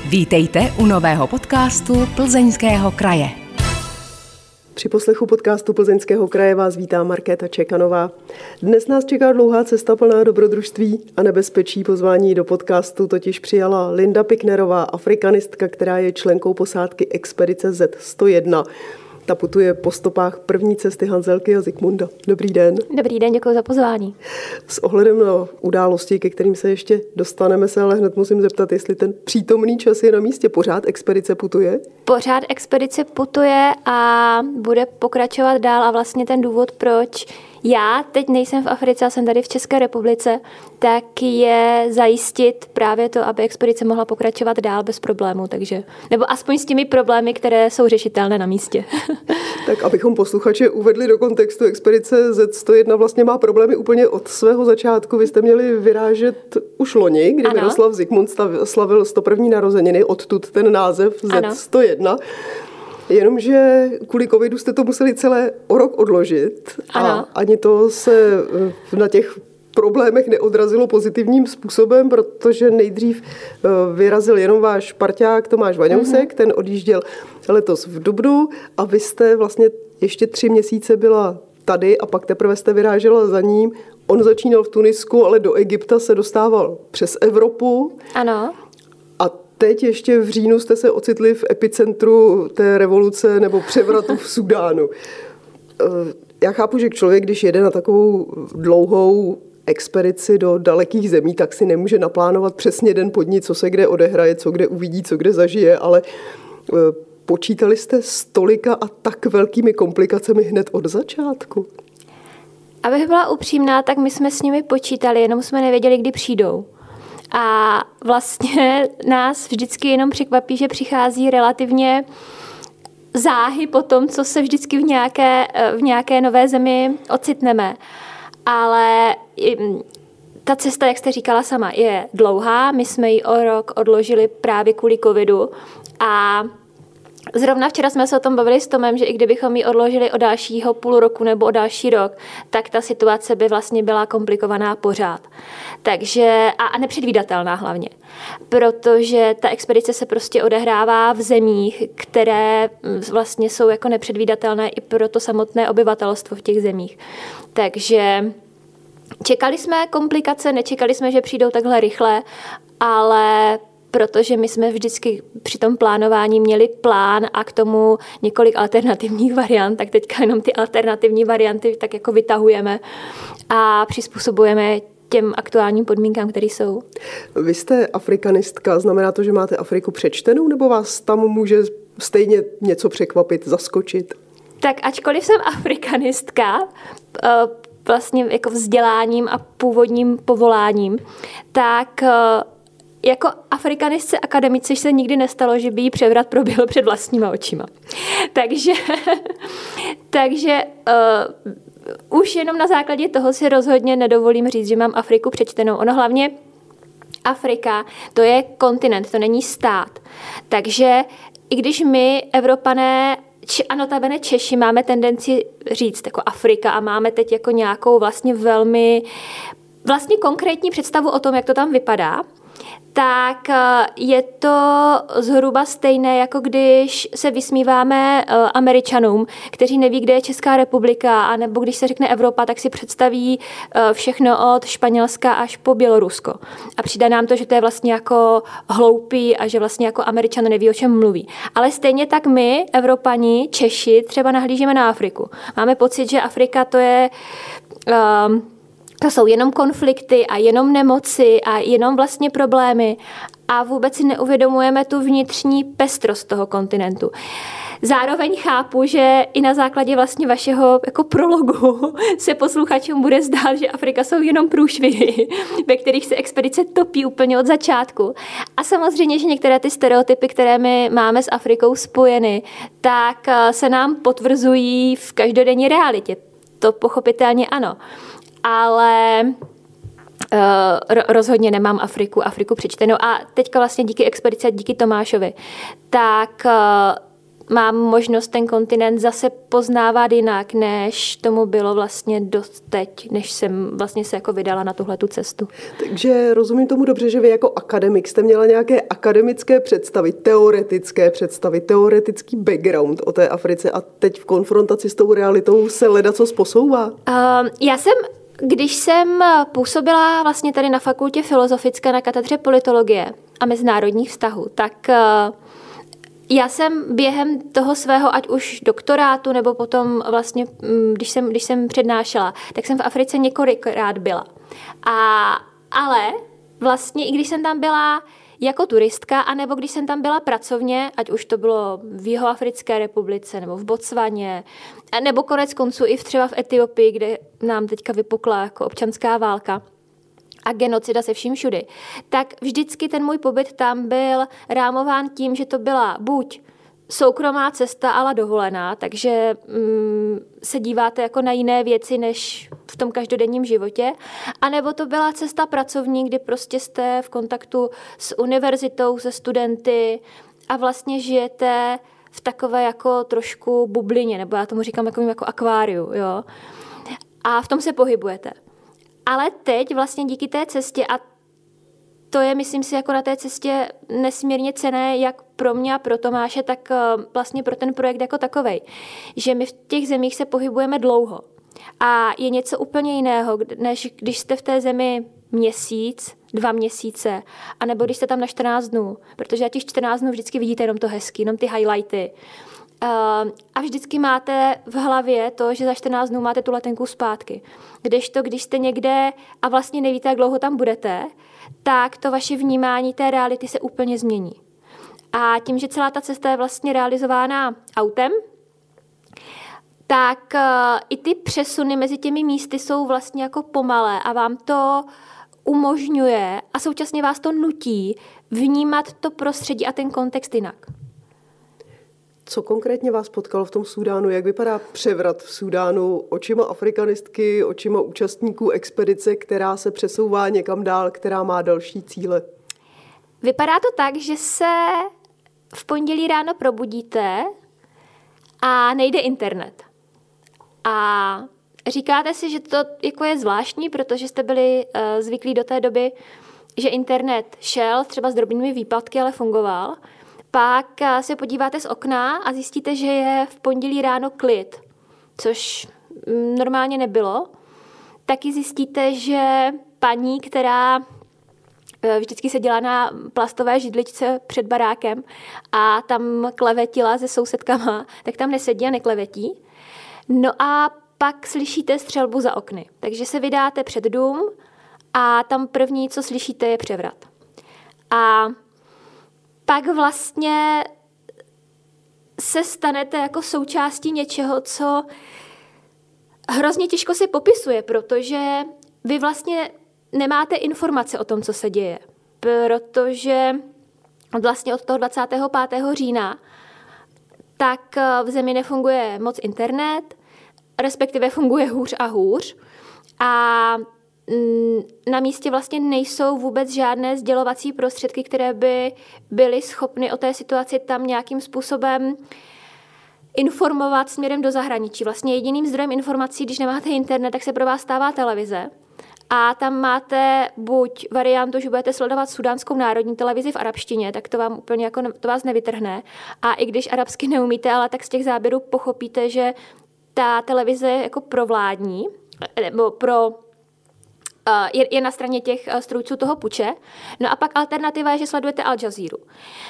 Vítejte u nového podcastu Plzeňského kraje. Při poslechu podcastu Plzeňského kraje vás vítá Markéta Čekanová. Dnes nás čeká dlouhá cesta plná dobrodružství a nebezpečí. Pozvání do podcastu totiž přijala Linda Piknerová, afrikanistka, která je členkou posádky expedice Z101. Ta putuje po stopách první cesty Hanzelky a Zikmunda. Dobrý den. Dobrý den, děkuji za pozvání. S ohledem na události, ke kterým se ještě dostaneme, se ale hned musím zeptat, jestli ten přítomný čas je na místě. Pořád expedice putuje? Pořád expedice putuje a bude pokračovat dál a vlastně ten důvod, proč já teď nejsem v Africe a jsem tady v České republice, tak je zajistit právě to, aby expedice mohla pokračovat dál bez problémů, takže, nebo aspoň s těmi problémy, které jsou řešitelné na místě. Tak abychom posluchače uvedli do kontextu, expedice Z101 vlastně má problémy úplně od svého začátku. Vy jste měli vyrážet už loni, kdy Miroslav Zikmund slavil 101. narozeniny, odtud ten název Z101. Jenomže kvůli covidu jste to museli celé o rok odložit a ani to se na těch problémech neodrazilo pozitivním způsobem, protože nejdřív vyrazil jenom váš parťák Tomáš Vaňousek, ten odjížděl letos v dubnu a vy jste vlastně ještě 3 měsíce byla tady a pak teprve jste vyrážela za ním. On začínal v Tunisku, ale do Egypta se dostával přes Evropu. Ano. A teď ještě v říjnu jste se ocitli v epicentru té revoluce nebo převratu v Súdánu. Já chápu, že člověk, když jede na takovou dlouhou expedici do dalekých zemí, tak si nemůže naplánovat přesně den po dni, co se kde odehraje, co kde uvidí, co kde zažije, ale počítali jste s tolika a tak velkými komplikacemi hned od začátku? Abych byla upřímná, tak my jsme s nimi počítali, jenom jsme nevěděli, kdy přijdou. A vlastně nás vždycky jenom překvapí, že přichází relativně záhy po tom, co se vždycky v nějaké nové zemi ocitneme. Ale ta cesta, jak jste říkala sama, je dlouhá. My jsme ji o rok odložili právě kvůli covidu a zrovna včera jsme se o tom bavili s Tomem, že i kdybychom ji odložili o dalšího půl roku nebo o další rok, tak ta situace by vlastně byla komplikovaná pořád. Takže a nepředvídatelná hlavně. Protože ta expedice se prostě odehrává v zemích, které vlastně jsou jako nepředvídatelné i pro to samotné obyvatelstvo v těch zemích. Takže čekali jsme komplikace, nečekali jsme, že přijdou takhle rychle, ale protože my jsme vždycky při tom plánování měli plán a k tomu několik alternativních variant, tak teďka jenom ty alternativní varianty tak jako vytahujeme a přizpůsobujeme těm aktuálním podmínkám, které jsou. Vy jste afrikanistka, znamená to, že máte Afriku přečtenou, nebo vás tam může stejně něco překvapit, zaskočit? Tak ačkoliv jsem afrikanistka, vlastně jako vzděláním a původním povoláním, tak jako afrikanistce akademice se nikdy nestalo, že by jí převrat proběhl před vlastníma očima. Takže už jenom na základě toho si rozhodně nedovolím říct, že mám Afriku přečtenou. Ono hlavně Afrika, to je kontinent, to není stát. Takže i když my, Evropané, a notabene Češi, máme tendenci říct jako Afrika a máme teď jako nějakou vlastně velmi konkrétní představu o tom, jak to tam vypadá, tak je to zhruba stejné, jako když se vysmíváme Američanům, kteří neví, kde je Česká republika, anebo když se řekne Evropa, tak si představí všechno od Španělska až po Bělorusko. A přijde nám to, že to je vlastně jako hloupý a že vlastně jako Američan neví, o čem mluví. Ale stejně tak my, Evropani, Češi, třeba nahlížíme na Afriku. Máme pocit, že Afrika to je... To jsou jenom konflikty a jenom nemoci a jenom vlastně problémy a vůbec si neuvědomujeme tu vnitřní pestrost toho kontinentu. Zároveň chápu, že i na základě vlastně vašeho jako prologu se posluchačům bude zdát, že Afrika jsou jenom průšvihy, ve kterých se expedice topí úplně od začátku. A samozřejmě, že některé ty stereotypy, které my máme s Afrikou spojeny, tak se nám potvrzují v každodenní realitě. To pochopitelně ano. Ale rozhodně nemám Afriku přečtenou. A teďka vlastně díky expedici, díky Tomášovi, tak mám možnost ten kontinent zase poznávat jinak, než tomu bylo vlastně doteď, než jsem vlastně se jako vydala na tuhletu cestu. Takže rozumím tomu dobře, že vy jako akademik jste měla nějaké akademické představy, teoretické představy, teoretický background o té Africe a teď v konfrontaci s tou realitou se ledacos posouvá? Když jsem působila vlastně tady na fakultě filozofické na katedře politologie a mezinárodních vztahů, tak já jsem během toho svého, ať už doktorátu, nebo potom vlastně, když jsem přednášela, tak jsem v Africe několikrát byla. Ale vlastně, i když jsem tam byla jako turistka, anebo když jsem tam byla pracovně, ať už to bylo v Jihoafrické republice, nebo v Botswaně, nebo konec konců i třeba v Etiopii, kde nám teďka vypukla jako občanská válka a genocida se vším všudy, tak vždycky ten můj pobyt tam byl rámován tím, že to byla buď soukromá cesta ale dovolená, takže se díváte jako na jiné věci, než v tom každodenním životě, anebo to byla cesta pracovní, kdy prostě jste v kontaktu s univerzitou, se studenty a žijete v takové jako trošku bublině, nebo já tomu říkám jako akváriu, jo. A v tom se pohybujete. Ale teď vlastně díky té cestě, a to je, myslím si, jako na té cestě nesmírně cenné, jak pro mě a pro Tomáše, tak vlastně pro ten projekt jako takovej. Že my v těch zemích se pohybujeme dlouho. A je něco úplně jiného, než když jste v té zemi měsíc, 2 měsíce, anebo když jste tam na 14 dnů. Protože na těch 14 dnů vždycky vidíte jenom to hezky, jenom ty highlighty. A vždycky máte v hlavě to, že za 14 dnů máte tu letenku zpátky. Kdežto, když jste někde a vlastně nevíte, jak dlouho tam budete, tak to vaše vnímání té reality se úplně změní. A tím, že celá ta cesta je vlastně realizována autem, tak i ty přesuny mezi těmi místy jsou vlastně jako pomalé a vám to umožňuje a současně vás to nutí vnímat to prostředí a ten kontext jinak. Co konkrétně vás potkalo v tom Súdánu? Jak vypadá převrat v Súdánu očima afrikanistky, očima účastníků expedice, která se přesouvá někam dál, která má další cíle? Vypadá to tak, že se v pondělí ráno probudíte a nejde internet. A říkáte si, že to jako je zvláštní, protože jste byli zvyklí do té doby, že internet šel třeba s drobnými výpadky, ale fungoval. Pak se podíváte z okna a zjistíte, že je v pondělí ráno klid, což normálně nebylo. Taky zjistíte, že paní, která vždycky seděla na plastové židličce před barákem a tam klevetila se sousedkama, tak tam nesedí a neklevetí. No a pak slyšíte střelbu za okny. Takže se vydáte před dům a tam první, co slyšíte, je převrat. A pak vlastně se stanete jako součástí něčeho, co hrozně těžko se popisuje, protože vy vlastně nemáte informace o tom, co se děje. Protože vlastně od toho 25. října tak v zemi nefunguje moc internet, respektive funguje hůř a hůř. A na místě vlastně nejsou vůbec žádné sdělovací prostředky, které by byly schopny o té situaci tam nějakým způsobem informovat směrem do zahraničí. Vlastně jediným zdrojem informací, když nemáte internet, tak se pro vás stává televize. A tam máte buď variantu, že budete sledovat súdánskou národní televizi v arabštině, tak to vám úplně jako to vás nevytrhne. A i když arabsky neumíte, ale tak z těch záběrů pochopíte, že ta televize je jako provládní, nebo je na straně těch strůjců toho puče. No a pak alternativa je, že sledujete Al Jazeeru,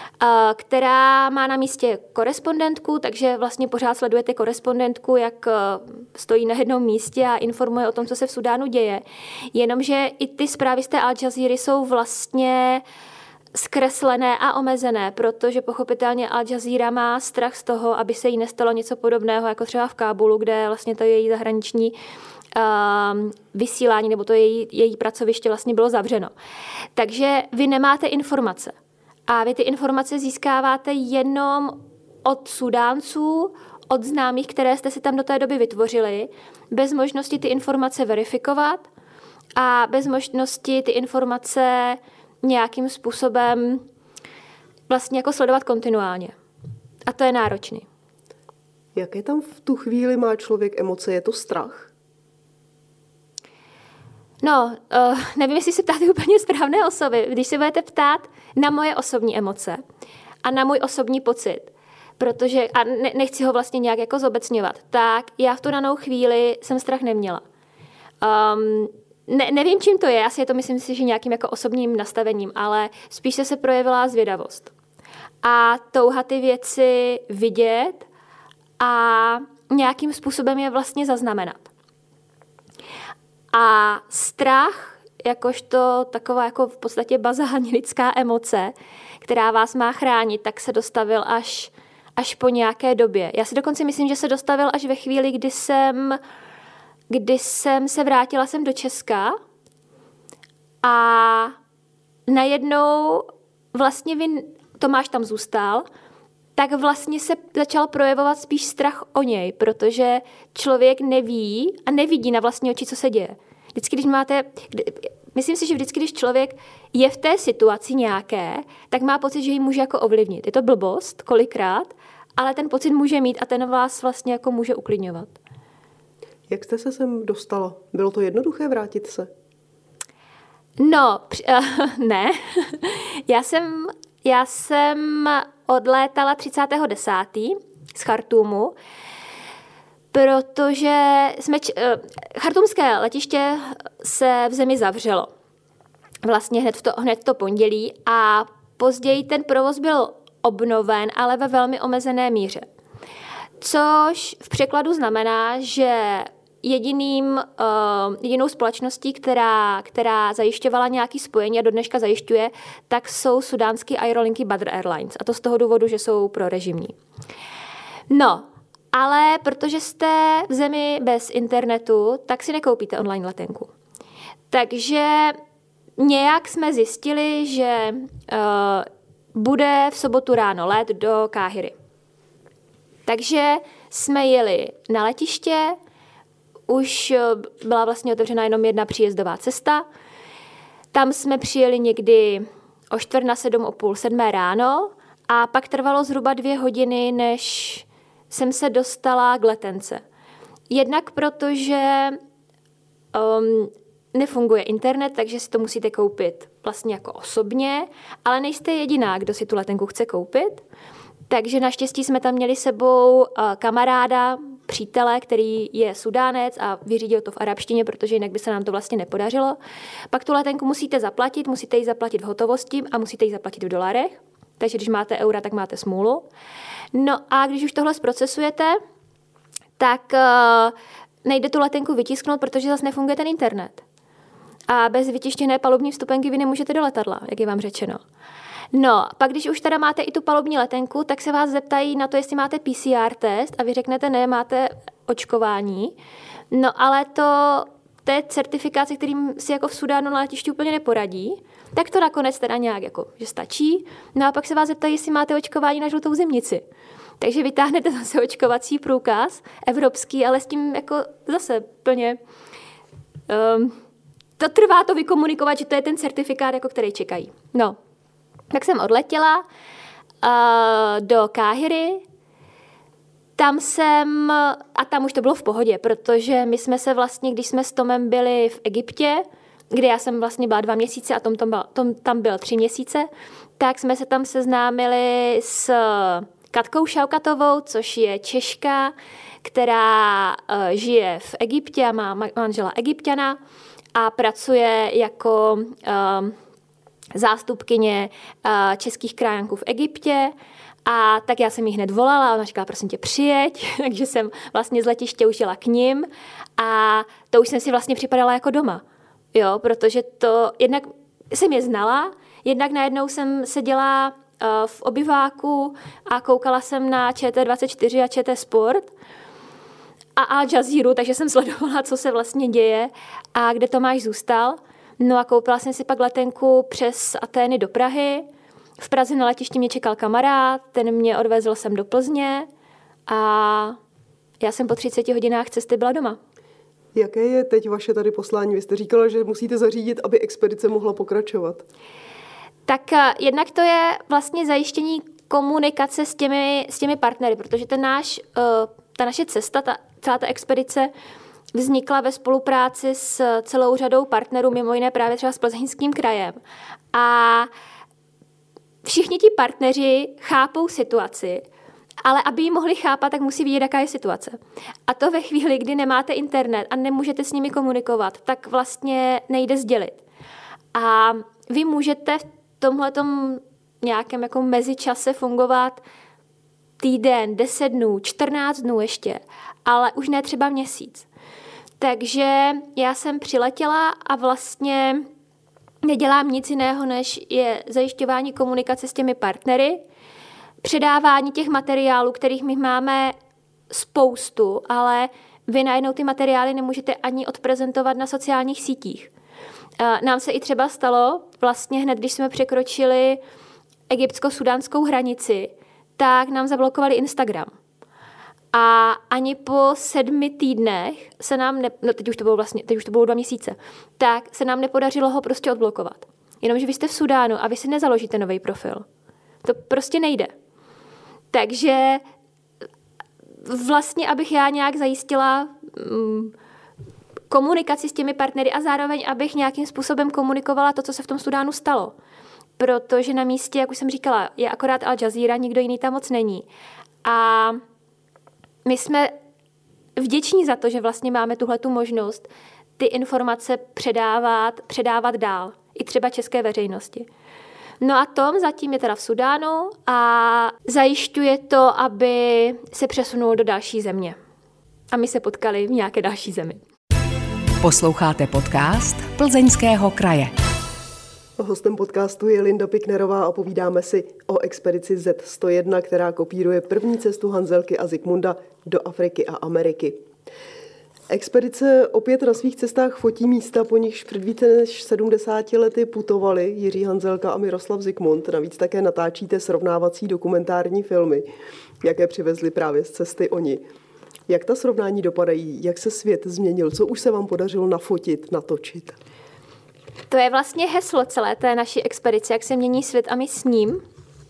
která má na místě korespondentku, takže vlastně pořád sledujete korespondentku, jak stojí na jednom místě a informuje o tom, co se v Súdánu děje. Jenomže i ty zprávy z té Al Jazeery jsou vlastně zkreslené a omezené, protože pochopitelně Al Jazeera má strach z toho, aby se jí nestalo něco podobného, jako třeba v Kábulu, kde vlastně to její zahraniční vysílání, nebo to její pracoviště vlastně bylo zavřeno. Takže vy nemáte informace. A vy ty informace získáváte jenom od Súdánců, od známých, které jste si tam do té doby vytvořili, bez možnosti ty informace verifikovat a bez možnosti ty informace nějakým způsobem vlastně jako sledovat kontinuálně. A to je náročný. Jaké tam v tu chvíli má člověk emoce? Je to strach? No, nevím, jestli se ptáte úplně správné osoby. Když se budete ptát na moje osobní emoce a na můj osobní pocit, protože, a nechci ho vlastně nějak jako zobecňovat, tak já v tu danou chvíli jsem strach neměla. Nevím, čím to je, asi je to, myslím si, že nějakým jako osobním nastavením, ale spíš se projevila zvědavost. A touha ty věci vidět a nějakým způsobem je vlastně zaznamenat. A strach, jakožto taková jako v podstatě bazální lidská emoce, která vás má chránit, tak se dostavil až po nějaké době. Já si dokonce myslím, že se dostavil až ve chvíli, kdy jsem se vrátila sem do Česka a najednou vlastně Tomáš tam zůstal, tak vlastně se začal projevovat spíš strach o něj, protože člověk neví a nevidí na vlastní oči, co se děje. Myslím si, že vždycky, když člověk je v té situaci nějaké, tak má pocit, že ji může jako ovlivnit. Je to blbost kolikrát, ale ten pocit může mít a ten vás vlastně jako může uklidňovat. Jak jste se sem dostala? Bylo to jednoduché vrátit se? No, ne. Já jsem odlétala 30.10. z Chartúmu, protože chartúmské letiště se v zemi zavřelo. Vlastně hned to pondělí a později ten provoz byl obnoven, ale ve velmi omezené míře. Což v překladu znamená, že jedinou společností, která zajišťovala nějaké spojení a do dneška zajišťuje, tak jsou sudánské aerolinky Badr Airlines. A to z toho důvodu, že jsou prorežimní. No, ale protože jste v zemi bez internetu, tak si nekoupíte online letenku. Takže nějak jsme zjistili, že bude v sobotu ráno let do Káhiry. Takže jsme jeli na letiště, už byla vlastně otevřena jenom jedna příjezdová cesta. Tam jsme přijeli někdy o 6:45, o 6:30 ráno a pak trvalo zhruba 2 hodiny, než jsem se dostala k letence. Jednak protože nefunguje internet, takže si to musíte koupit vlastně jako osobně, ale nejste jediná, kdo si tu letenku chce koupit. Takže naštěstí jsme tam měli sebou kamaráda, přítele, který je Sudánec a vyřídil to v arabštině, protože jinak by se nám to vlastně nepodařilo. Pak tu letenku musíte ji zaplatit v hotovosti a musíte ji zaplatit v dolarech. Takže když máte eura, tak máte smůlu. No a když už tohle zprocesujete, tak nejde tu letenku vytisknout, protože zase nefunguje ten internet. A bez vytištěné palubní vstupenky vy nemůžete do letadla, jak je vám řečeno. No, pak když už teda máte i tu palubní letenku, tak se vás zeptají na to, jestli máte PCR test a vy řeknete ne, máte očkování. No, ale to je certifikace, kterým si jako v Sudánu na letišti úplně neporadí, tak to nakonec teda nějak jako, že stačí. No a pak se vás zeptají, jestli máte očkování na žlutou zimnici. Takže vytáhnete zase očkovací průkaz evropský, ale s tím jako zase plně to trvá to vykomunikovat, že to je ten certifikát, jako který čekají. No, tak jsem odletěla do Káhiry, tam už to bylo v pohodě, protože my jsme se vlastně, když jsme s Tomem byli v Egyptě, kde já jsem vlastně byla 2 měsíce a Tom tam byl 3 měsíce, tak jsme se tam seznámili s Katkou Šaukatovou, což je Češka, která žije v Egyptě a má manžela Egypťana a pracuje jako zástupkyně českých krajanků v Egyptě. A tak já jsem jí hned volala a ona říkala, prosím tě, přijeď. Takže jsem vlastně z letiště už jela k nim a to už jsem si vlastně připadala jako doma. Jo, protože to jednak jsem je znala, jednak najednou jsem seděla v obyváku a koukala jsem na ČT24 a ČT Sport a Al Jazeera, takže jsem sledovala, co se vlastně děje a kde Tomáš zůstal. No a koupila jsem si pak letenku přes Atény do Prahy. V Praze na letišti mě čekal kamarád, ten mě odvezl sem do Plzně a já jsem po 30 hodinách cesty byla doma. Jaké je teď vaše tady poslání? Vy jste říkala, že musíte zařídit, aby expedice mohla pokračovat. Tak jednak to je vlastně zajištění komunikace s těmi partnery, protože ten náš ta naše cesta, celá ta expedice vznikla ve spolupráci s celou řadou partnerů, mimo jiné právě třeba s Plzeňským krajem. A všichni ti partneři chápou situaci, ale aby ji mohli chápat, tak musí vidět, jaká je situace. A to ve chvíli, kdy nemáte internet a nemůžete s nimi komunikovat, tak vlastně nejde sdělit. A vy můžete v tomhletom nějakém jako mezičase fungovat týden, 10 dnů, 14 dnů ještě, ale už ne třeba měsíc. Takže já jsem přiletěla a vlastně nedělám nic jiného, než je zajišťování komunikace s těmi partnery, předávání těch materiálů, kterých my máme spoustu, ale vy najednou ty materiály nemůžete ani odprezentovat na sociálních sítích. Nám se i třeba stalo, vlastně hned, když jsme překročili egyptsko-sudánskou hranici, tak nám zablokovali Instagram. A ani po 7 týdnech se nám, teď už to bylo 2 měsíce, tak se nám nepodařilo ho prostě odblokovat. Jenomže vy jste v Sudánu a vy si nezaložíte nový profil. To prostě nejde. Takže vlastně, abych já nějak zajistila komunikaci s těmi partnery a zároveň, abych nějakým způsobem komunikovala to, co se v tom Sudánu stalo. Protože na místě, jak už jsem říkala, je akorát Al Jazeera, nikdo jiný tam moc není. A my jsme vděční za to, že vlastně máme tuhletu možnost ty informace předávat dál, i třeba české veřejnosti. No a Tom zatím je teda v Sudánu a zajišťuje to, aby se přesunul do další země. A my se potkali v nějaké další zemi. Posloucháte podcast Plzeňského kraje. Hostem podcastu je Linda Piknerová a povídáme si o expedici Z101, která kopíruje první cestu Hanzelky a Zikmunda do Afriky a Ameriky. Expedice opět na svých cestách fotí místa, po nichž před více než 70 lety putovali Jiří Hanzelka a Miroslav Zikmund. Navíc také natáčíte srovnávací dokumentární filmy, jaké přivezli právě z cesty oni. Jak ta srovnání dopadají? Jak se svět změnil? Co už se vám podařilo nafotit, natočit? To je vlastně heslo celé té naší expedice, jak se mění svět a my s ním.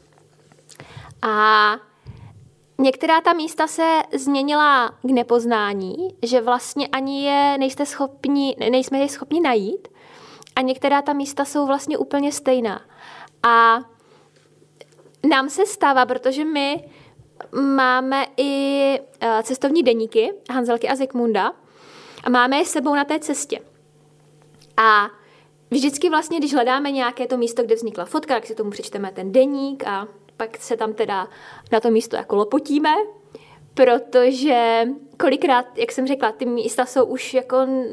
A některá ta místa se změnila k nepoznání, že vlastně ani nejsme je schopni najít. A některá ta místa jsou vlastně úplně stejná. A nám se stává, protože my máme i cestovní deníky Hanzelky a Zikmunda a máme je s sebou na té cestě. A vždycky vlastně, když hledáme nějaké to místo, kde vznikla fotka, tak si tomu přečteme ten deník a pak se tam teda na to místo jako lopotíme, protože kolikrát, jak jsem řekla, ty místa jsou už jako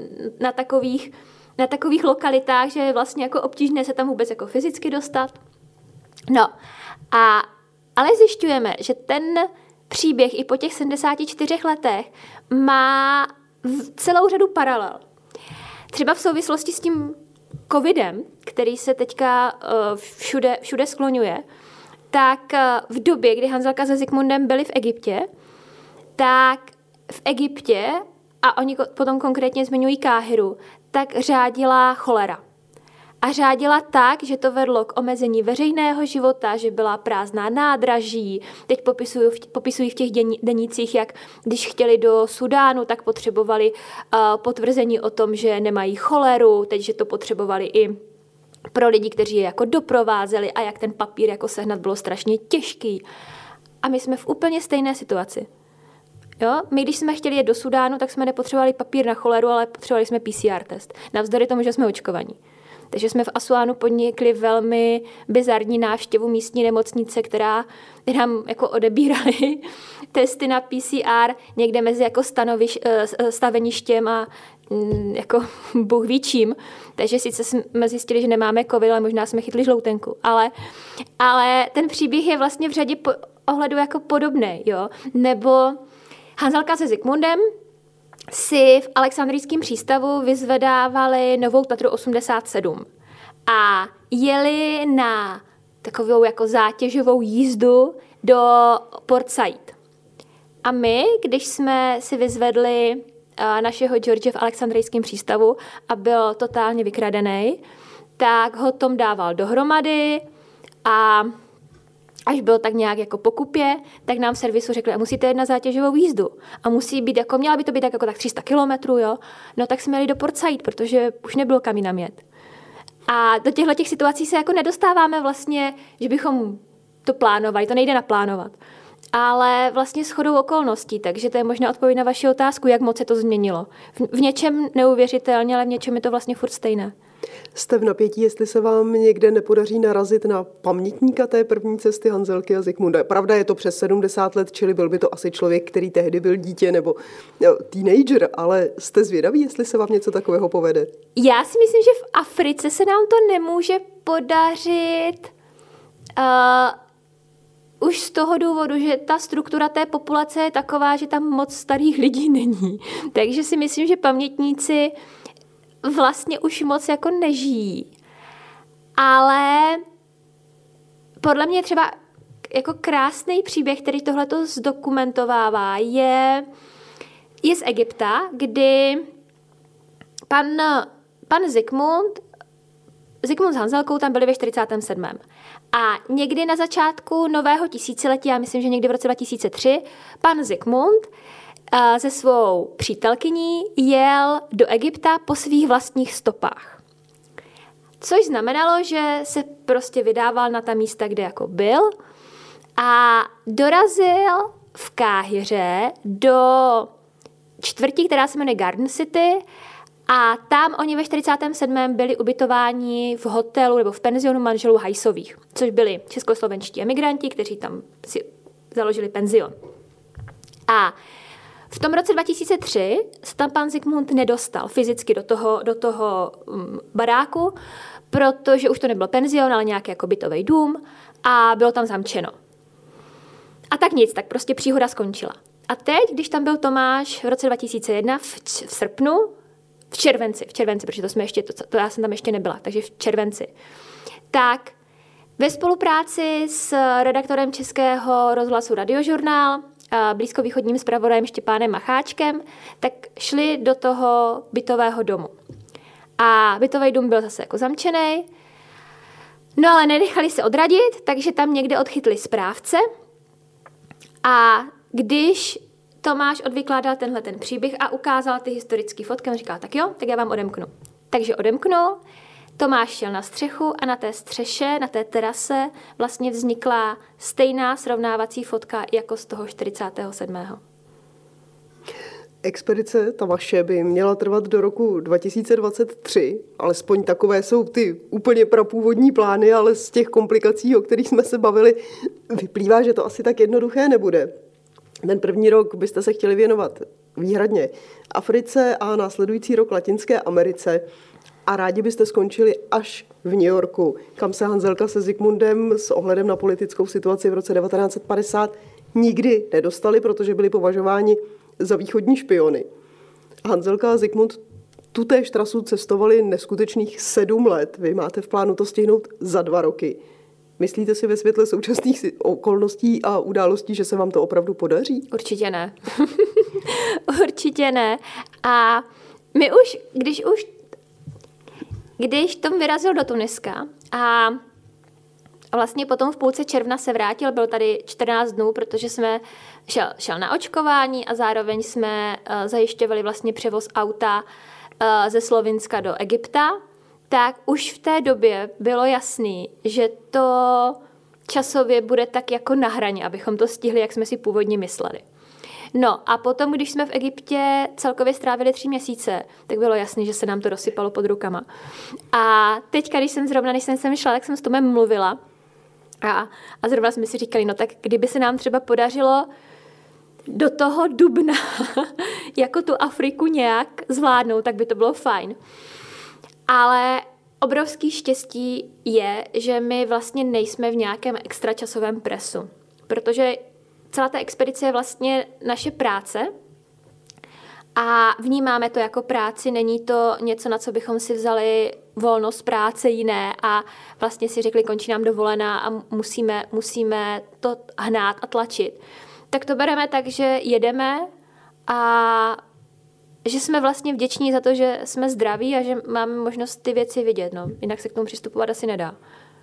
na takových lokalitách, že je vlastně jako obtížné se tam vůbec jako fyzicky dostat. No, ale zjišťujeme, že ten příběh i po těch 74 letech má celou řadu paralel. Třeba v souvislosti s tím covidem, který se teďka všude skloňuje, tak v době, kdy Hanzelka se Zikmundem byli v Egyptě, tak v Egyptě, a oni potom konkrétně zmiňují Káhiru, tak řádila cholera. A řádila tak, že to vedlo k omezení veřejného života, že byla prázdná nádraží. Teď popisují v těch denících, jak když chtěli do Sudánu, tak potřebovali potvrzení o tom, že nemají choleru, teď, že to potřebovali i pro lidi, kteří je jako doprovázeli a jak ten papír jako sehnat bylo strašně těžký. A my jsme v úplně stejné situaci. Jo? My, když jsme chtěli jet do Sudánu, tak jsme nepotřebovali papír na choleru, ale potřebovali jsme PCR test. Navzdory tomu, že jsme očkovaní. Takže jsme v Asuánu podnikli velmi bizarní návštěvu místní nemocnice, která nám jako odebírali testy na PCR někde mezi jako staveništěm a jako Bůh ví čím. Takže sice jsme zjistili, že nemáme covid, ale možná jsme chytli žloutenku. Ale ten příběh je vlastně v řadě ohledu jako podobný. Jo? Nebo Hanzelka se Zikmundem si v Alexandrijském přístavu vyzvedávali novou Tatru 87 a jeli na takovou jako zátěžovou jízdu do Port Said. A my, když jsme si vyzvedli našeho George v Alexandrijském přístavu a byl totálně vykradený, tak ho Tom dával dohromady a až byl tak nějak jako pokupě, tak nám v servisu řekli, a musíte jet na zátěžovou jízdu. A musí být jako, měla by to být jako tak 300 kilometrů, jo. No tak jsme jeli do Port Said, protože už nebylo kam jinam jet. A do těchto situací se jako nedostáváme vlastně, že bychom to plánovali, to nejde naplánovat. Ale vlastně shodou okolností, takže to je možná odpověď na vaši otázku, jak moc se to změnilo. V něčem neuvěřitelně, ale v něčem je to vlastně furt stejné. Jste v napětí, jestli se vám někde nepodaří narazit na pamětníka té první cesty Hanzelky a Zikmunda. Pravda, je to přes 70 let, čili byl by to asi člověk, který tehdy byl dítě nebo teenager, ale jste zvědaví, jestli se vám něco takového povede? Já si myslím, že v Africe se nám to nemůže podařit už z toho důvodu, že ta struktura té populace je taková, že tam moc starých lidí není. Takže si myslím, že pamětníci vlastně už moc jako nežijí. Ale podle mě třeba jako krásný příběh, který tohleto zdokumentovává, je z Egypta, kdy pan Zikmund s Hanzelkou tam byli ve 47. A někdy na začátku nového tisíciletí, já myslím, že někdy v roce 2003, pan Zikmund se svou přítelkyní jel do Egypta po svých vlastních stopách. Což znamenalo, že se prostě vydával na ta místa, kde jako byl a dorazil v Káhiře do čtvrtí, která se jmenuje Garden City, a tam oni ve 47. byli ubytováni v hotelu nebo v penzionu manželů Hajsových, což byli českoslovenští emigranti, kteří tam si založili penzion. A v tom roce 2003 se tam pan Zikmund nedostal fyzicky do toho baráku, protože už to nebyl penzion, ale nějaký jako bytový dům a bylo tam zamčeno. A tak nic, tak prostě příhoda skončila. A teď, když tam byl Tomáš v roce 2001 v srpnu, v červenci, protože to já jsem tam ještě nebyla, takže v červenci, tak ve spolupráci s redaktorem Českého rozhlasu Radiožurnál, blízkovýchodním zpravodajem Štěpánem Macháčkem, tak šli do toho bytového domu. A bytový dům byl zase jako zamčený, no ale nenechali se odradit, takže tam někde odchytli správce a když Tomáš odvykládal ten příběh a ukázal ty historické fotky, on říkal, tak jo, tak já vám odemknu. Takže odemknul, Tomáš šel na střechu a na té střeše, na té terase vlastně vznikla stejná srovnávací fotka jako z toho 47. Expedice ta vaše by měla trvat do roku 2023, alespoň takové jsou ty úplně prapůvodní plány, ale z těch komplikací, o kterých jsme se bavili, vyplývá, že to asi tak jednoduché nebude. Ten první rok byste se chtěli věnovat výhradně Africe a následující rok Latinské Americe a rádi byste skončili až v New Yorku, kam se Hanzelka se Zikmundem s ohledem na politickou situaci v roce 1950 nikdy nedostali, protože byli považováni za východní špiony. Hanzelka a Zikmund tutéž trasu cestovali neskutečných 7 let. Vy máte v plánu to stihnout za 2 roky. Myslíte si ve světle současných okolností a událostí, že se vám to opravdu podaří? Určitě ne. Určitě ne. A my už, když Tom vyrazil do Tuniska a vlastně potom v půlce června se vrátil, byl tady 14 dnů, protože jsme šel na očkování a zároveň jsme zajišťovali vlastně převoz auta ze Slovinska do Egypta, tak už v té době bylo jasný, že to časově bude tak jako na hraně, abychom to stihli, jak jsme si původně mysleli. No a potom, když jsme v Egyptě celkově strávili 3 měsíce, tak bylo jasný, že se nám to rozsypalo pod rukama. A teďka, když jsem sem šla, tak jsem s Tomem mluvila a zrovna jsme si říkali, no tak kdyby se nám třeba podařilo do toho dubna jako tu Afriku nějak zvládnout, tak by to bylo fajn. Ale obrovský štěstí je, že my vlastně nejsme v nějakém extra časovém presu, protože celá ta expedice je vlastně naše práce a vnímáme to jako práci, není to něco, na co bychom si vzali volnost práce jiné a vlastně si řekli, končí nám dovolená a musíme to hnát a tlačit. Tak to bereme tak, že jedeme a že jsme vlastně vděční za to, že jsme zdraví a že máme možnost ty věci vidět. No. Jinak se k tomu přistupovat asi nedá.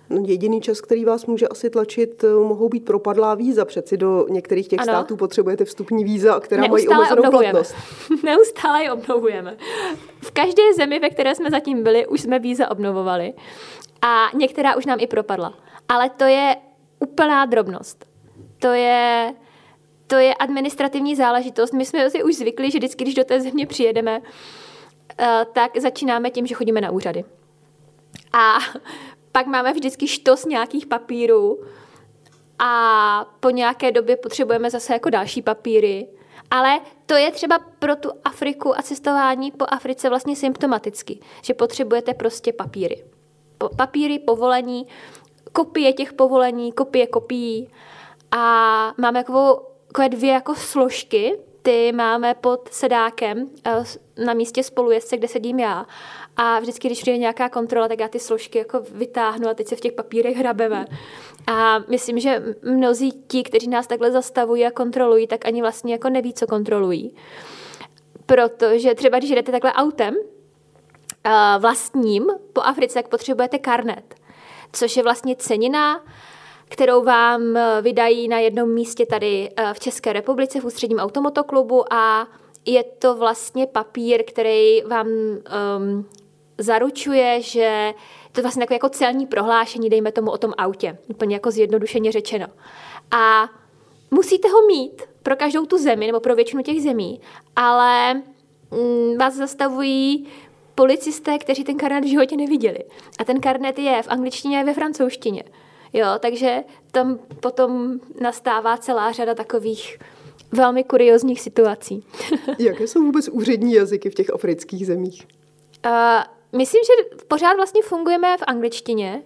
Jediný čas, který vás může asi tlačit, mohou být propadlá víza. Přeci do některých těch států potřebujete vstupní víza, která mají omezenou platnost. Neustále je obnovujeme. V každé zemi, ve které jsme zatím byli, už jsme víza obnovovali. A některá už nám i propadla. Ale to je úplná drobnost. To je administrativní záležitost. My jsme si už zvykli, že vždycky, když do té země přijedeme, tak začínáme tím, že chodíme na úřady. A pak máme vždycky štos nějakých papírů a po nějaké době potřebujeme zase jako další papíry. Ale to je třeba pro tu Afriku a cestování po Africe vlastně symptomaticky, že potřebujete prostě papíry. Papíry, povolení, kopie těch povolení, kopie kopií. A máme takové dvě jako složky, ty máme pod sedákem na místě spolujezdce, kde sedím já. A vždycky, když přijde nějaká kontrola, tak já ty složky jako vytáhnu a teď se v těch papírech hrabeme. A myslím, že mnozí ti, kteří nás takhle zastavují a kontrolují, tak ani vlastně jako neví, co kontrolují. Protože třeba, když jdete takhle autem vlastním po Africe, tak potřebujete karnet, což je vlastně cenina, kterou vám vydají na jednom místě tady v České republice v Ústředním automotoklubu a je to vlastně papír, který vám zaručuje, že to je vlastně takové jako celní prohlášení, dejme tomu o tom autě, úplně jako zjednodušeně řečeno. A musíte ho mít pro každou tu zemi, nebo pro většinu těch zemí, ale vás zastavují policisté, kteří ten karnet v životě neviděli. A ten karnet je v angličtině a ve francouzštině. Jo, takže tam potom nastává celá řada takových velmi kuriózních situací. Jaké jsou vůbec úřední jazyky v těch afrických zemích? Myslím, že pořád vlastně fungujeme v angličtině.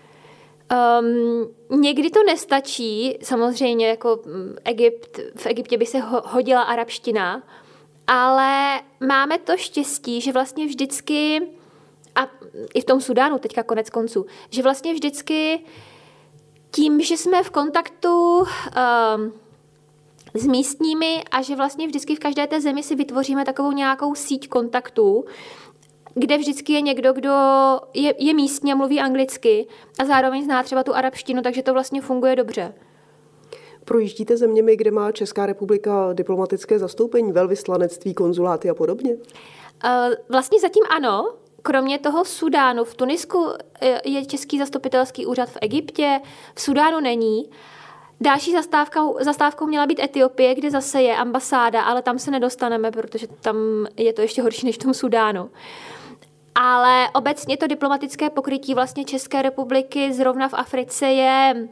Někdy to nestačí, samozřejmě jako v Egyptě by se hodila arabština, ale máme to štěstí, že vlastně vždycky, a i v tom Sudánu teďka konec konců, že vlastně vždycky tím, že jsme v kontaktu s místními a že vlastně vždycky v každé té zemi si vytvoříme takovou nějakou síť kontaktů, kde vždycky je někdo, kdo je místní a mluví anglicky a zároveň zná třeba tu arabštinu, takže to vlastně funguje dobře. Projíždíte zeměmi, kde má Česká republika diplomatické zastoupení, velvyslanectví, konzuláty a podobně? Vlastně zatím ano. Kromě toho Sudánu, v Tunisku je Český zastupitelský úřad v Egyptě, v Sudánu není. Další zastávkou měla být Etiopie, kde zase je ambasáda, ale tam se nedostaneme, protože tam je to ještě horší než v tom Sudánu. Ale obecně to diplomatické pokrytí vlastně České republiky zrovna v Africe je,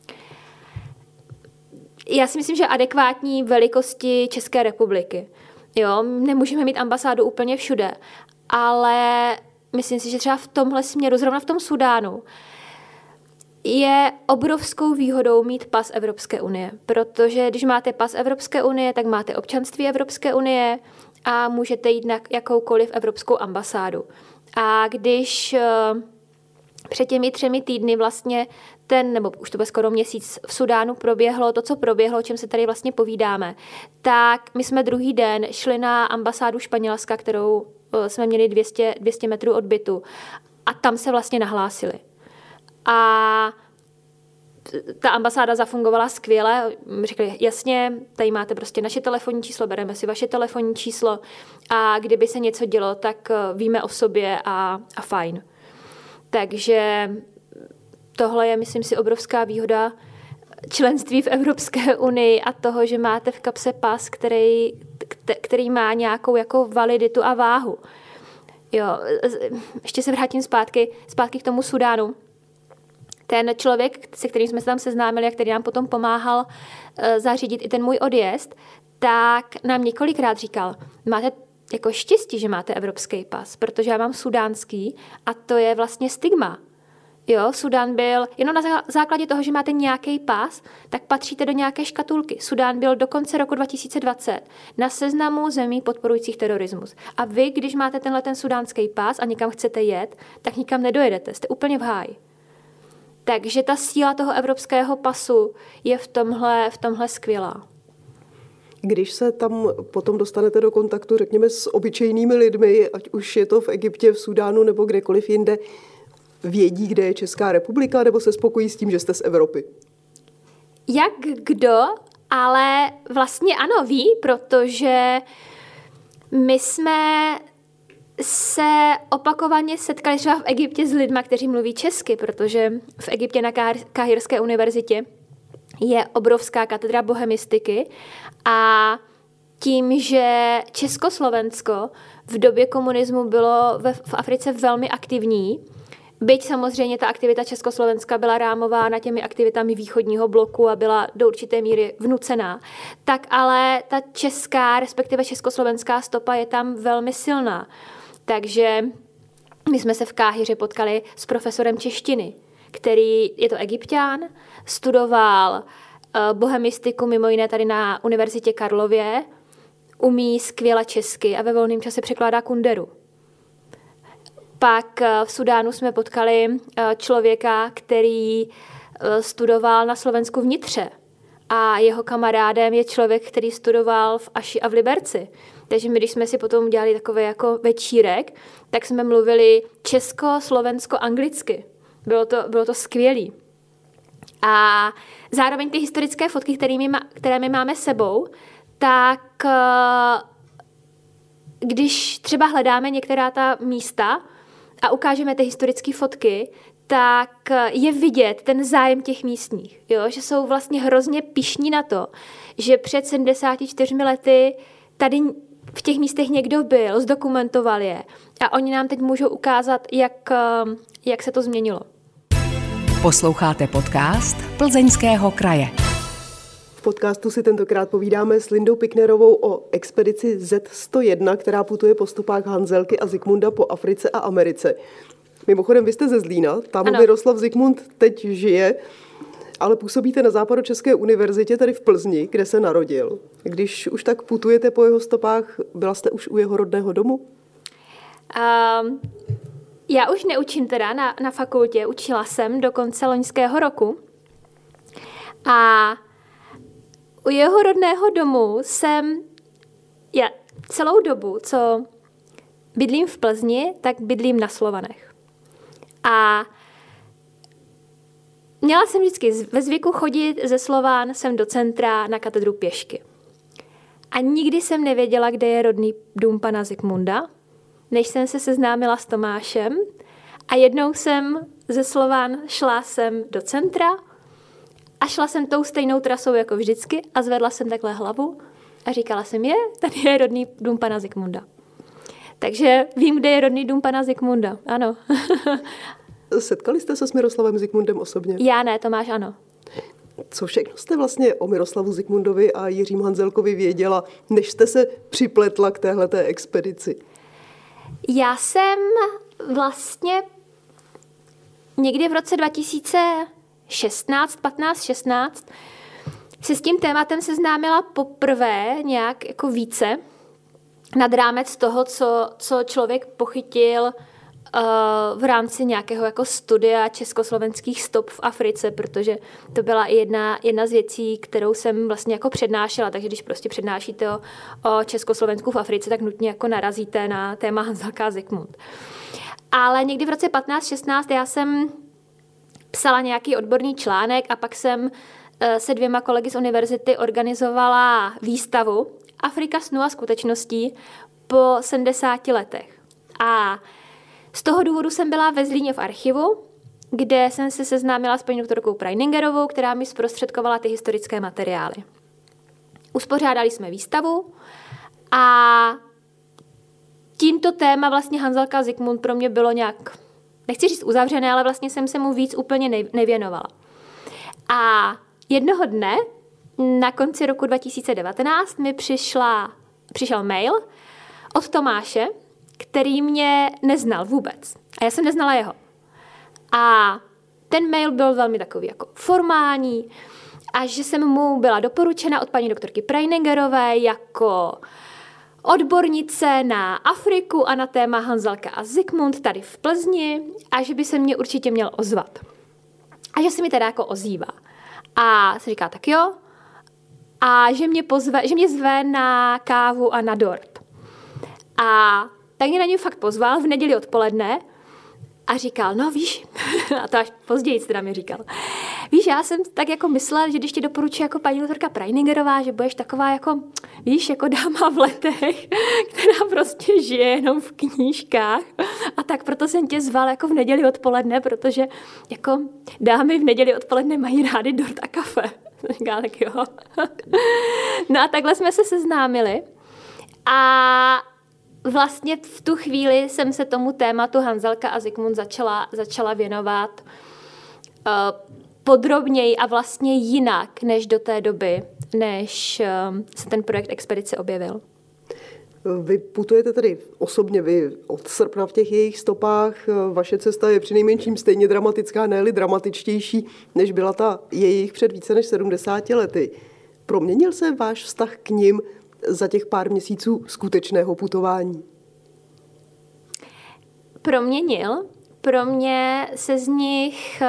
já si myslím, že adekvátní velikosti České republiky. Jo, nemůžeme mít ambasádu úplně všude, ale myslím si, že třeba v tomhle směru, zrovna v tom Sudánu, je obrovskou výhodou mít pas Evropské unie, protože když máte pas Evropské unie, tak máte občanství Evropské unie a můžete jít na jakoukoliv evropskou ambasádu. A když před těmi 3 týdny vlastně nebo už to bude skoro měsíc v Sudánu proběhlo to, co proběhlo, o čem se tady vlastně povídáme, tak my jsme druhý den šli na ambasádu Španělska, kterou jsme měli 200 metrů od bytu a tam se vlastně nahlásili. A ta ambasáda zafungovala skvěle, řekli jasně, tady máte prostě naše telefonní číslo, bereme si vaše telefonní číslo a kdyby se něco dělo, tak víme o sobě a fajn. Takže tohle je, myslím si, obrovská výhoda členství v Evropské unii a toho, že máte v kapse pas, který má nějakou jako validitu a váhu. Jo, ještě se vrátím zpátky k tomu Sudánu. Ten člověk, se kterým jsme se tam seznámili a který nám potom pomáhal zařídit i ten můj odjezd, tak nám několikrát říkal, máte jako štěstí, že máte evropský pas, protože já mám sudánský a to je vlastně stigma. Jo, Sudán byl, jenom na základě toho, že máte nějaký pas, tak patříte do nějaké škatulky. Sudán byl do konce roku 2020 na seznamu zemí podporujících terorismus. A vy, když máte ten sudánský pas a někam chcete jet, tak nikam nedojedete, jste úplně v háji. Takže ta síla toho evropského pasu je v tomhle skvělá. Když se tam potom dostanete do kontaktu, řekněme, s obyčejnými lidmi, ať už je to v Egyptě, v Sudánu nebo kdekoliv jinde, vědí, kde je Česká republika, nebo se spokojí s tím, že jste z Evropy? Jak kdo, ale vlastně ano, ví, protože my jsme se opakovaně setkali třeba v Egyptě s lidma, kteří mluví česky, protože v Egyptě na Káhirské univerzitě je obrovská katedra bohemistiky a tím, že Československo v době komunismu bylo v Africe velmi aktivní, byť samozřejmě ta aktivita Československa byla rámována těmi aktivitami východního bloku a byla do určité míry vnucená, tak ale ta česká, respektive československá stopa je tam velmi silná. Takže my jsme se v Káhiře potkali s profesorem češtiny, který je to Egypťan, studoval bohemistiku mimo jiné tady na Univerzitě Karlově, umí skvěle česky a ve volném čase překládá Kunderu. Pak v Sudánu jsme potkali člověka, který studoval na Slovensku v Nitře a jeho kamarádem je člověk, který studoval v Aši a v Liberci. Takže my, když jsme si potom udělali takový jako večírek, tak jsme mluvili česko, slovensko, anglicky. Bylo to skvělý. A zároveň ty historické fotky, které my máme sebou, tak když třeba hledáme některá ta místa a ukážeme ty historické fotky, tak je vidět ten zájem těch místních, jo? Že jsou vlastně hrozně pyšní na to, že před 74 lety tady v těch místech někdo byl, zdokumentoval je a oni nám teď můžou ukázat, jak se to změnilo. Posloucháte podcast Plzeňského kraje. V podcastu si tentokrát povídáme s Lindou Piknerovou o expedici Z101, která putuje po stopách Hanzelky a Zikmunda po Africe a Americe. Mimochodem, vy jste ze Zlína, tam Miroslav Zikmund teď žije, ale působíte na Západočeské univerzitě, tady v Plzni, kde se narodil. Když už tak putujete po jeho stopách, byla jste už u jeho rodného domu? Já už neučím teda na fakultě, učila jsem do konce loňského roku. A u jeho rodného domu jsem celou dobu, co bydlím v Plzni, tak bydlím na Slovanech. A měla jsem vždycky ve zvyku chodit ze Slován sem do centra na katedru pěšky. A nikdy jsem nevěděla, kde je rodný dům pana Zikmunda, než jsem se seznámila s Tomášem. A jednou jsem ze Slován šla sem do centra a šla jsem tou stejnou trasou jako vždycky a zvedla jsem takhle hlavu a říkala jsem, tady je rodný dům pana Zikmunda. Takže vím, kde je rodný dům pana Zikmunda, ano. Setkali jste se s Miroslavem Zikmundem osobně? Já ne, Tomáš ano. Co všechno jste vlastně o Miroslavu Zikmundovi a Jiřím Hanzelkovi věděla, než jste se připletla k téhleté expedici? Já jsem vlastně někdy v roce 2016 se s tím tématem seznámila poprvé nějak jako více nad rámec toho, co člověk pochytil v rámci nějakého jako studia československých stop v Africe, protože to byla i jedna z věcí, kterou jsem vlastně jako přednášela, takže když prostě přednášíte o Československu v Africe, tak nutně jako narazíte na téma Hanzelka a Zikmund. Ale někdy v roce 15-16 já jsem psala nějaký odborný článek a pak jsem se 2 kolegy z univerzity organizovala výstavu Afrika snů a skutečností po 70 letech. A z toho důvodu jsem byla ve Zlíně v archivu, kde jsem se seznámila s paní doktorkou Preiningerovou, která mi zprostředkovala ty historické materiály. Uspořádali jsme výstavu a tímto téma vlastně Hanzelka a Zikmund pro mě bylo nějak, nechci říct uzavřené, ale vlastně jsem se mu víc úplně nevěnovala. A jednoho dne, na konci roku 2019, mi přišel mail od Tomáše, který mě neznal vůbec. A já jsem neznala jeho. A ten mail byl velmi takový jako formální a že jsem mu byla doporučena od paní doktorky Preiningerové jako odbornice na Afriku a na téma Hanzelka a Zikmund tady v Plzni a že by se mě určitě měl ozvat. A že se mi teda jako ozývá. A se říká, tak jo. A že mě zve na kávu a na dort. A tak mě na něj fakt pozval v neděli odpoledne A říkal, no víš, a to až později teda mi říkal, víš, já jsem tak jako myslel, že když ti doporučuji jako paní doktorka Preiningerová, že budeš taková jako, víš, jako dáma v letech, která prostě žije jenom v knížkách. A tak proto jsem tě zval jako v neděli odpoledne, protože jako dámy v neděli odpoledne mají rády dort a kafe. Říkal, tak jo. No a takhle jsme se seznámili. A vlastně v tu chvíli jsem se tomu tématu Hanzelka a Zikmund začala věnovat podrobněji a vlastně jinak než do té doby, než se ten projekt Expedice objevil. Vy putujete tedy osobně, vy od srpna v těch jejich stopách. Vaše cesta je přinejmenším stejně dramatická, ne-li dramatičtější, než byla ta jejich před více než 70 lety. Proměnil se váš vztah k nim za těch pár měsíců skutečného putování? Proměnil. Pro mě se z nich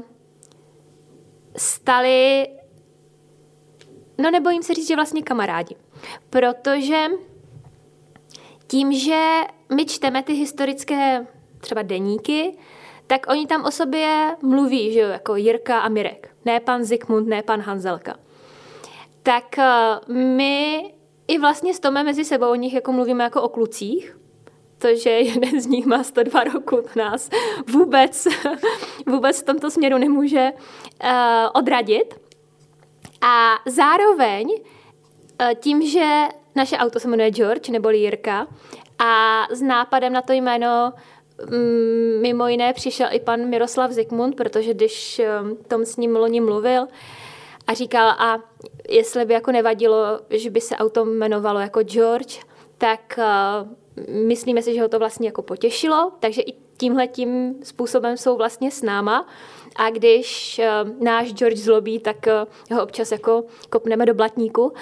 stali, no nebojím se říct, že vlastně kamarádi. Protože tím, že my čteme ty historické třeba deníky, tak oni tam o sobě mluví, že jo, jako Jirka a Mirek. Ne pan Zikmund, ne pan Hanzelka. Tak my i vlastně s Tomem mezi sebou o nich jako mluvíme jako o klucích, to, že jeden z nich má 102 roku, to nás vůbec v tomto směru nemůže odradit. A zároveň tím, že naše auto se jmenuje George, neboli Jirka, a s nápadem na to jméno mimo jiné přišel i pan Miroslav Zikmund, protože když Tom s ním loni mluvil a říkal, a jestli by jako nevadilo, že by se auto jmenovalo jako George, tak myslíme si, že ho to vlastně jako potěšilo, takže i tímhletím způsobem jsou vlastně s náma. A když náš George zlobí, tak ho občas jako kopneme do blatníku.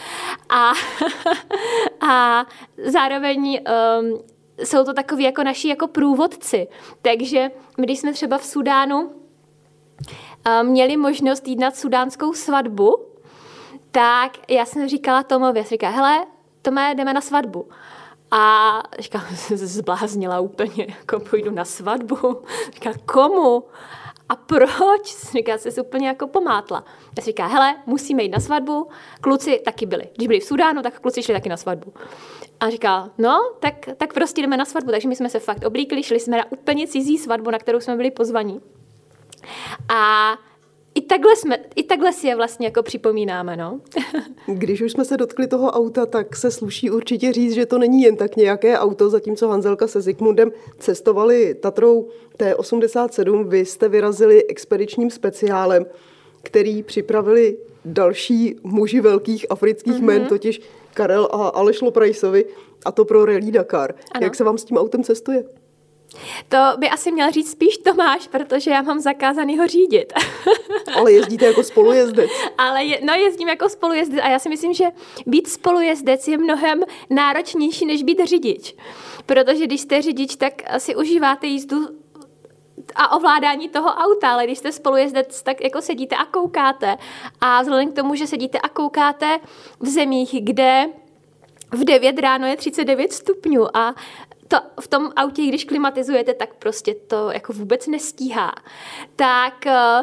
A zároveň jsou to takový jako naši jako průvodci. Takže my, když jsme třeba v Súdánu měli možnost jít na sudánskou svatbu, tak já jsem říkala Tomovi, hele, Tome, jdeme na svatbu. A říkám, zbláznila úplně, jako půjdu na svatbu. Říkám, komu? A proč? Říká, jsi úplně jako pomátla. Já si říká, hele, musíme jít na svatbu. Kluci taky byli. Když byli v Súdánu, tak kluci šli taky na svatbu. A říká, no, tak prostě jdeme na svatbu. Takže my jsme se fakt oblíkli, šli jsme na úplně cizí svatbu, na kterou jsme byli pozvaní. A i takhle si je vlastně jako připomínáme, no. Když už jsme se dotkli toho auta, tak se sluší určitě říct, že to není jen tak nějaké auto, zatímco Hanzelka se Zikmundem cestovali Tatrou T87, vy jste vyrazili expedičním speciálem, který připravili další muži velkých afrických jmen, totiž Karel a Aleš Loprajsovi, a to pro Rallye Dakar. Ano. Jak se vám s tím autem cestuje? To by asi měl říct spíš Tomáš, protože já mám zakázaný ho řídit. Ale jezdíte jako spolujezdec. Jezdím jako spolujezdec a já si myslím, že být spolujezdec je mnohem náročnější, než být řidič. Protože když jste řidič, tak si užíváte jízdu a ovládání toho auta, ale když jste spolujezdec, tak jako sedíte a koukáte. A vzhledem k tomu, že sedíte a koukáte v zemích, kde v 9 ráno je 39 stupňů a v tom autě, když klimatizujete, tak prostě to jako vůbec nestíhá. Tak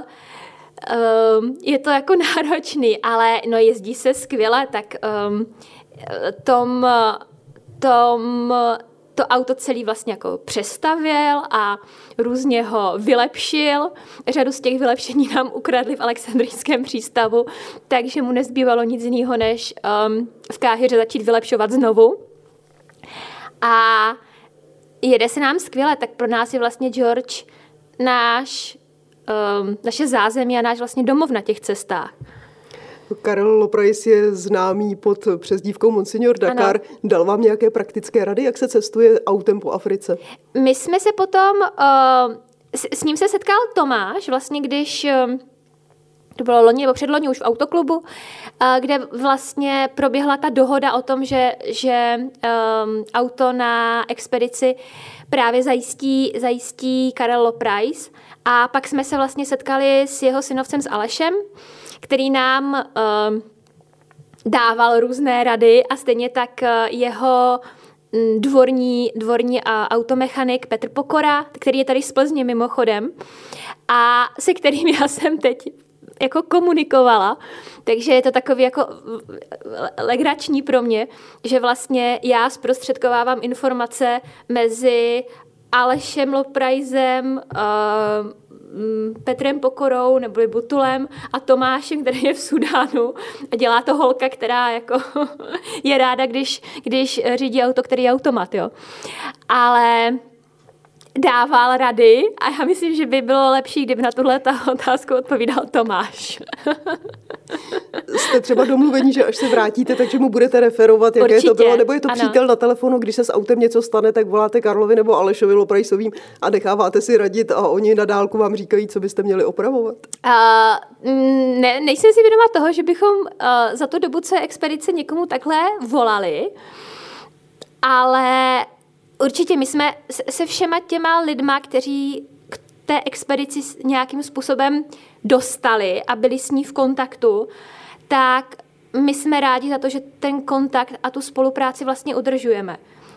je to jako náročný, ale no jezdí se skvěle, tak to auto celý vlastně jako přestavěl a různě ho vylepšil. Řadu z těch vylepšení nám ukradli v Alexandrijském přístavu, takže mu nezbývalo nic jiného, než v Káhiře začít vylepšovat znovu. A jede se nám skvěle, tak pro nás je vlastně George naše zázemí a náš vlastně domov na těch cestách. Karel Loprajs je známý pod přezdívkou Monsignor Dakar. Ano. Dal vám nějaké praktické rady, jak se cestuje autem po Africe? My jsme se potom, s ním se setkal Tomáš, vlastně když to bylo loni nebo předloni už v autoklubu, kde vlastně proběhla ta dohoda o tom, že auto na expedici právě zajistí Karel Loprajs. A pak jsme se vlastně setkali s jeho synovcem, s Alešem, který nám dával různé rady a stejně tak jeho dvorní automechanik Petr Pokora, který je tady z Plzně mimochodem a se kterým já jsem teď jako komunikovala, takže je to takový jako legrační pro mě, že vlastně já zprostředkovávám informace mezi Alešem Loprajzem, Petrem Pokorou neboli Butulem a Tomášem, který je v Súdánu a dělá to holka, která jako je ráda, když řídí auto, který je automat, jo. Ale dával rady a já myslím, že by bylo lepší, kdyby na tuhle otázku odpovídal Tomáš. Jste třeba domluvení, že až se vrátíte, takže mu budete referovat, jaké určitě, to bylo, nebo je to ano. přítel na telefonu, když se s autem něco stane, tak voláte Karlovi nebo Alešovi Loprajsovým a necháváte si radit a oni na dálku vám říkají, co byste měli opravovat? Nejsem si vědoma toho, že bychom za tu dobu, co je expedice, někomu takhle volali, ale určitě my jsme se všema těma lidma, kteří k té expedici nějakým způsobem dostali a byli s ní v kontaktu, tak my jsme rádi za to, že ten kontakt a tu spolupráci vlastně udržujeme.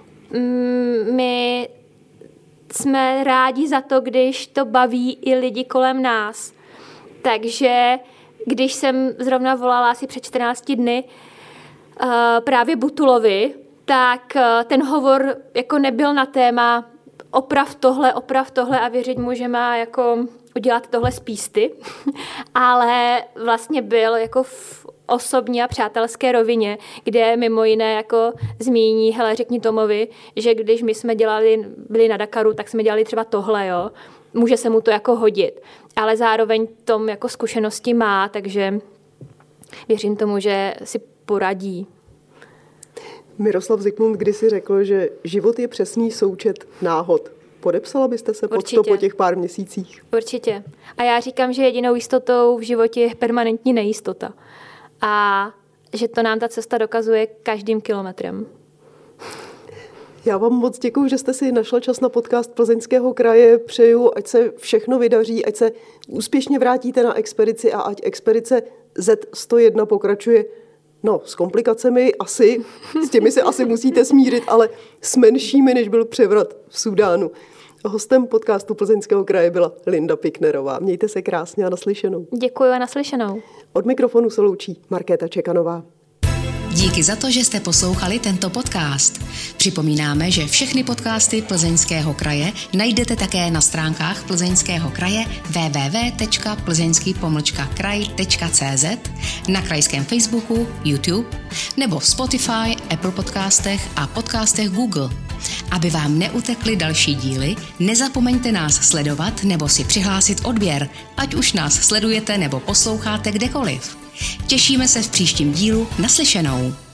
My jsme rádi za to, když to baví i lidi kolem nás. Takže když jsem zrovna volala asi před 14 dny právě Butulovi, tak ten hovor jako nebyl na téma oprav tohle a věřit mu, že má jako udělat tohle z písty, ale vlastně byl jako v osobní a přátelské rovině, kde mimo jiné jako zmíní, hele, řekni Tomovi, že když my jsme byli na Dakaru, tak jsme dělali třeba tohle, jo. Může se mu to jako hodit, ale zároveň tom jako zkušenosti má, takže věřím tomu, že si poradí. Miroslav Zikmund kdysi řekl, že život je přesný součet náhod. Podepsala byste se pod to po těch pár měsících? Určitě. A já říkám, že jedinou jistotou v životě je permanentní nejistota. A že to nám ta cesta dokazuje každým kilometrem. Já vám moc děkuju, že jste si našla čas na podcast Plzeňského kraje. Přeju, ať se všechno vydaří, ať se úspěšně vrátíte na expedici a ať expedice Z101 pokračuje. No, s komplikacemi asi, s těmi se asi musíte smířit, ale s menšími, než byl převrat v Súdánu. Hostem podcastu Plzeňského kraje byla Linda Piknerová. Mějte se krásně a naslyšenou. Děkuji a naslyšenou. Od mikrofonu se loučí Markéta Čekanová. Díky za to, že jste poslouchali tento podcast. Připomínáme, že všechny podcasty Plzeňského kraje najdete také na stránkách Plzeňského kraje www.plzeňský-kraj.cz, na krajském Facebooku, YouTube nebo Spotify, Apple podcastech a podcastech Google. Aby vám neutekly další díly, nezapomeňte nás sledovat nebo si přihlásit odběr, ať už nás sledujete nebo posloucháte kdekoliv. Těšíme se v příštím dílu. Naslyšenou.